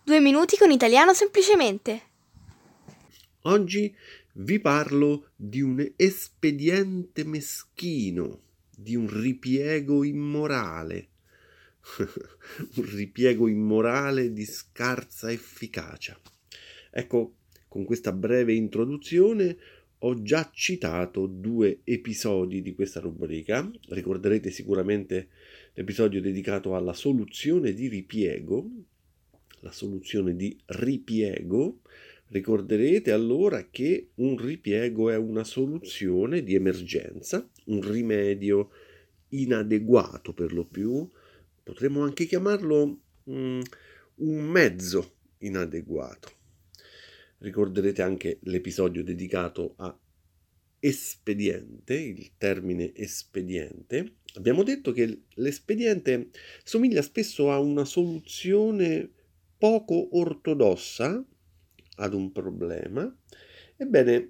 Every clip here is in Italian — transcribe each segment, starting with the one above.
2 minuti con italiano semplicemente. Oggi vi parlo di un espediente meschino, di un ripiego immorale. Un ripiego immorale di scarsa efficacia. Ecco, con questa breve introduzione ho già citato 2 episodi di questa rubrica. Ricorderete sicuramente l'episodio dedicato alla soluzione di ripiego. La soluzione di ripiego. Ricorderete allora che un ripiego è una soluzione di emergenza, un rimedio inadeguato per lo più. Potremmo anche chiamarlo un mezzo inadeguato. Ricorderete anche l'episodio dedicato a espediente, il termine espediente. Abbiamo detto che l'espediente somiglia spesso a una soluzione poco ortodossa ad un problema. Ebbene,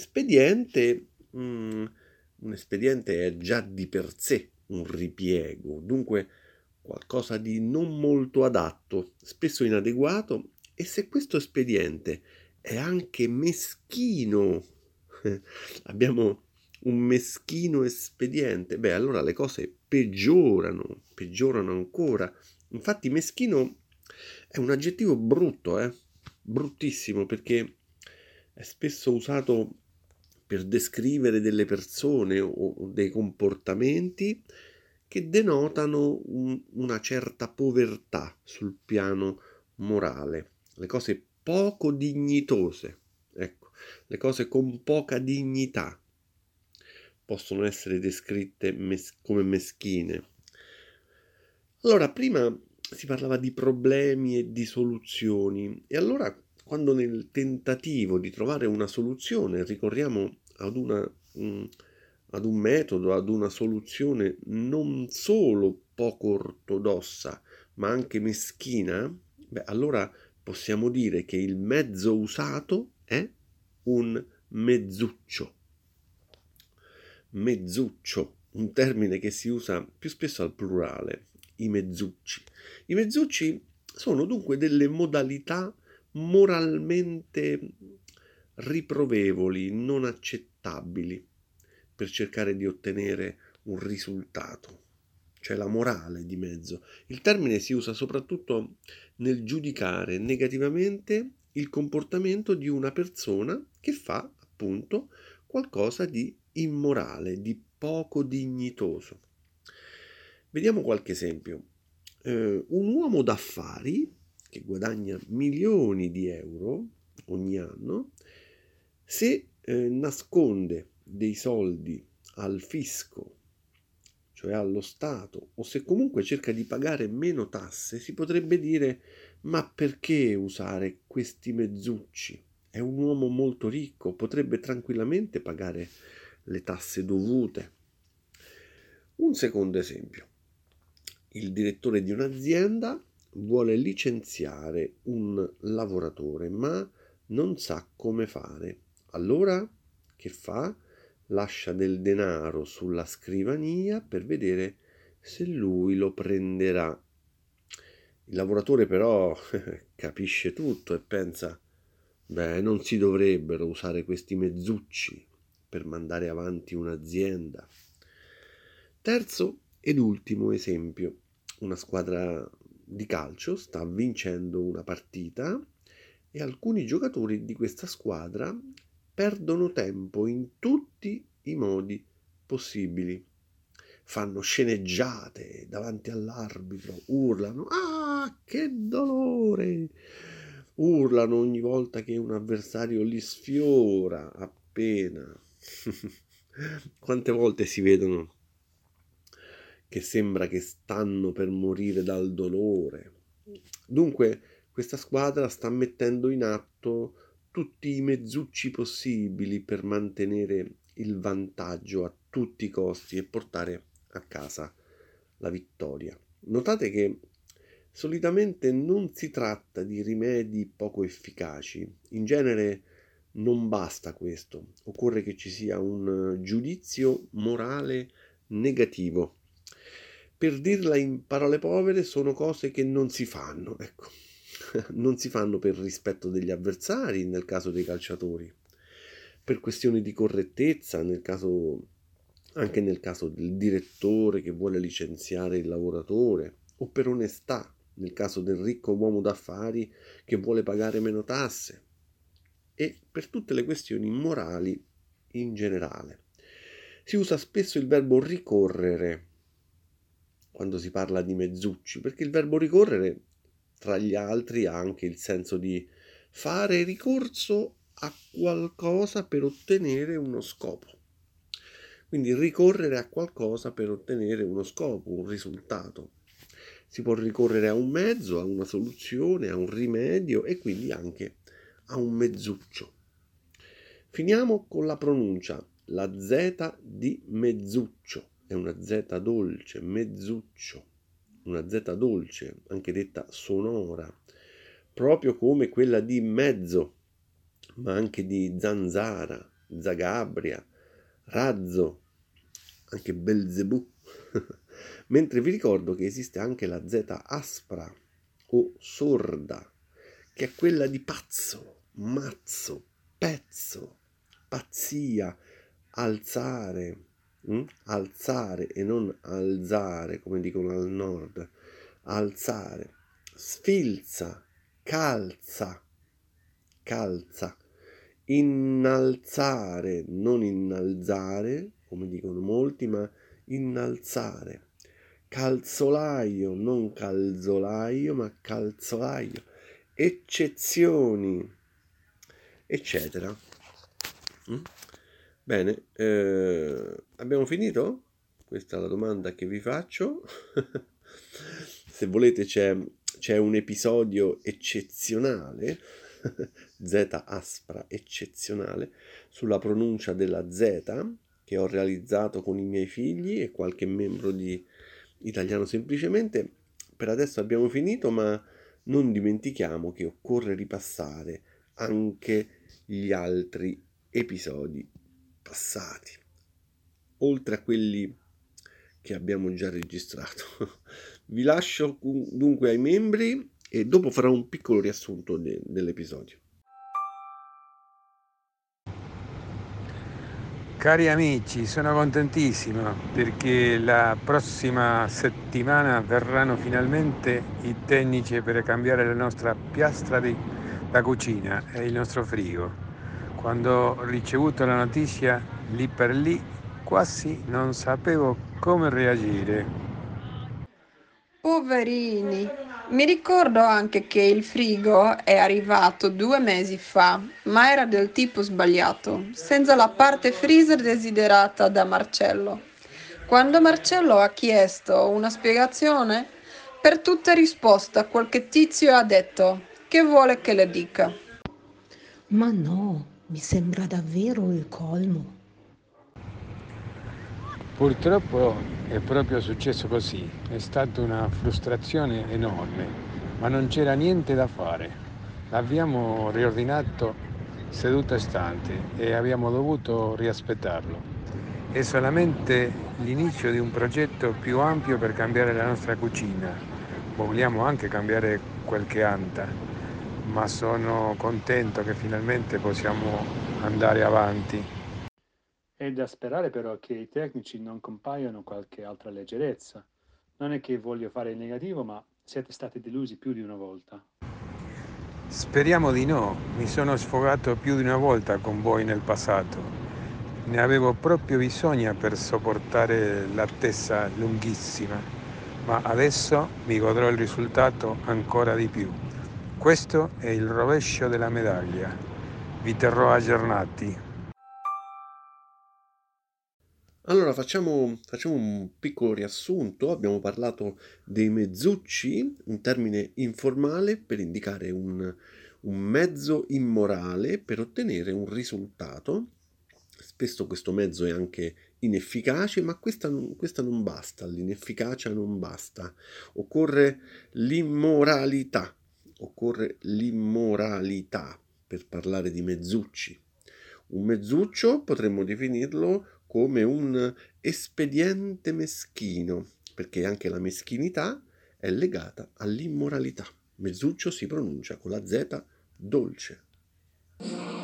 un espediente è già di per sé un ripiego, dunque qualcosa di non molto adatto, spesso inadeguato, e se questo espediente è anche meschino, abbiamo un meschino espediente, beh, allora le cose peggiorano ancora. Infatti meschino è un aggettivo brutto, bruttissimo, perché è spesso usato per descrivere delle persone o dei comportamenti che denotano una certa povertà sul piano morale, le cose poco dignitose, ecco, le cose con poca dignità possono essere descritte come meschine. Allora, prima si parlava di problemi e di soluzioni, e allora quando nel tentativo di trovare una soluzione ricorriamo ad un metodo, ad una soluzione non solo poco ortodossa, ma anche meschina, beh, allora possiamo dire che il mezzo usato è un mezzuccio. Mezzuccio, un termine che si usa più spesso al plurale, i mezzucci. I mezzucci sono dunque delle modalità moralmente riprovevoli, non accettabili, per cercare di ottenere un risultato. C'è la morale di mezzo. Il termine si usa soprattutto nel giudicare negativamente il comportamento di una persona che fa, appunto, qualcosa di immorale, di poco dignitoso. Vediamo qualche esempio. Un uomo d'affari che guadagna milioni di euro ogni anno, se nasconde dei soldi al fisco, cioè allo Stato, o se comunque cerca di pagare meno tasse, si potrebbe dire: ma perché usare questi mezzucci? È un uomo molto ricco, potrebbe tranquillamente pagare le tasse dovute. Un secondo esempio. Il direttore di un'azienda vuole licenziare un lavoratore, ma non sa come fare. Allora, che fa? Lascia del denaro sulla scrivania per vedere se lui lo prenderà. Il lavoratore però capisce tutto e pensa: beh, non si dovrebbero usare questi mezzucci per mandare avanti un'azienda. Terzo ed ultimo esempio. Una squadra di calcio sta vincendo una partita e alcuni giocatori di questa squadra perdono tempo in tutti i modi possibili. Fanno sceneggiate davanti all'arbitro, urlano: ah, che dolore! Urlano ogni volta che un avversario li sfiora appena. Quante volte si vedono che sembra che stanno per morire dal dolore. Dunque, questa squadra sta mettendo in atto tutti i mezzucci possibili per mantenere il vantaggio a tutti i costi e portare a casa la vittoria. Notate che solitamente non si tratta di rimedi poco efficaci. In genere non basta questo, occorre che ci sia un giudizio morale negativo. Per dirla in parole povere, sono cose che non si fanno, ecco. non si fanno per rispetto degli avversari nel caso dei calciatori, per questioni di correttezza anche nel caso del direttore che vuole licenziare il lavoratore, o per onestà nel caso del ricco uomo d'affari che vuole pagare meno tasse, e per tutte le questioni morali in generale. Si usa spesso il verbo ricorrere quando si parla di mezzucci, perché il verbo ricorrere, tra gli altri, ha anche il senso di fare ricorso a qualcosa per ottenere uno scopo. Quindi ricorrere a qualcosa per ottenere uno scopo, un risultato. Si può ricorrere a un mezzo, a una soluzione, a un rimedio e quindi anche a un mezzuccio. Finiamo con la pronuncia. La Z di mezzuccio è una Z dolce, mezzuccio, una Z dolce, anche detta sonora, proprio come quella di mezzo, ma anche di zanzara, zagabria, razzo, anche Belzebù. Mentre vi ricordo che esiste anche la Z aspra o sorda, che è quella di pazzo, mazzo, pezzo, pazzia, alzare, alzare e non alzare come dicono al nord, alzare, sfilza, calza, calza, innalzare, non innalzare come dicono molti, ma innalzare, calzolaio, non calzolaio, ma calzolaio, eccezioni, eccetera. Bene, abbiamo finito? Questa è la domanda che vi faccio. Se volete c'è un episodio eccezionale, Z aspra eccezionale, sulla pronuncia della Z che ho realizzato con i miei figli e qualche membro di Italiano Semplicemente. Per adesso abbiamo finito, ma non dimentichiamo che occorre ripassare anche gli altri episodi passati, oltre a quelli che abbiamo già registrato. Vi lascio dunque ai membri e dopo farò un piccolo riassunto dell'episodio. Cari amici, sono contentissimo perché la prossima settimana verranno finalmente i tecnici per cambiare la nostra piastra da cucina e il nostro frigo. Quando ho ricevuto la notizia, lì per lì, quasi non sapevo come reagire. Poverini, mi ricordo anche che il frigo è arrivato 2 mesi fa, ma era del tipo sbagliato, senza la parte freezer desiderata da Marcello. Quando Marcello ha chiesto una spiegazione, per tutta risposta qualche tizio ha detto che vuole che le dica. Ma no, mi sembra davvero il colmo. Purtroppo è proprio successo così, è stata una frustrazione enorme, ma non c'era niente da fare. L'abbiamo riordinato seduta stante e abbiamo dovuto riaspettarlo. È solamente l'inizio di un progetto più ampio per cambiare la nostra cucina. Vogliamo anche cambiare qualche anta, ma sono contento che finalmente possiamo andare avanti. È da sperare però che i tecnici non compaiano qualche altra leggerezza. Non è che voglio fare il negativo, ma siete stati delusi più di una volta. Speriamo di no, mi sono sfogato più di una volta con voi nel passato. Ne avevo proprio bisogno per sopportare l'attesa lunghissima, ma adesso mi godrò il risultato ancora di più. Questo è il rovescio della medaglia. Vi terrò aggiornati. Allora facciamo un piccolo riassunto. Abbiamo parlato dei mezzucci, un termine informale per indicare un mezzo immorale per ottenere un risultato. Spesso questo mezzo è anche inefficace, ma questa non basta, l'inefficacia non basta. Occorre l'immoralità per parlare di mezzucci. Un mezzuccio potremmo definirlo come un espediente meschino, perché anche la meschinità è legata all'immoralità. Mezzuccio si pronuncia con la Z dolce.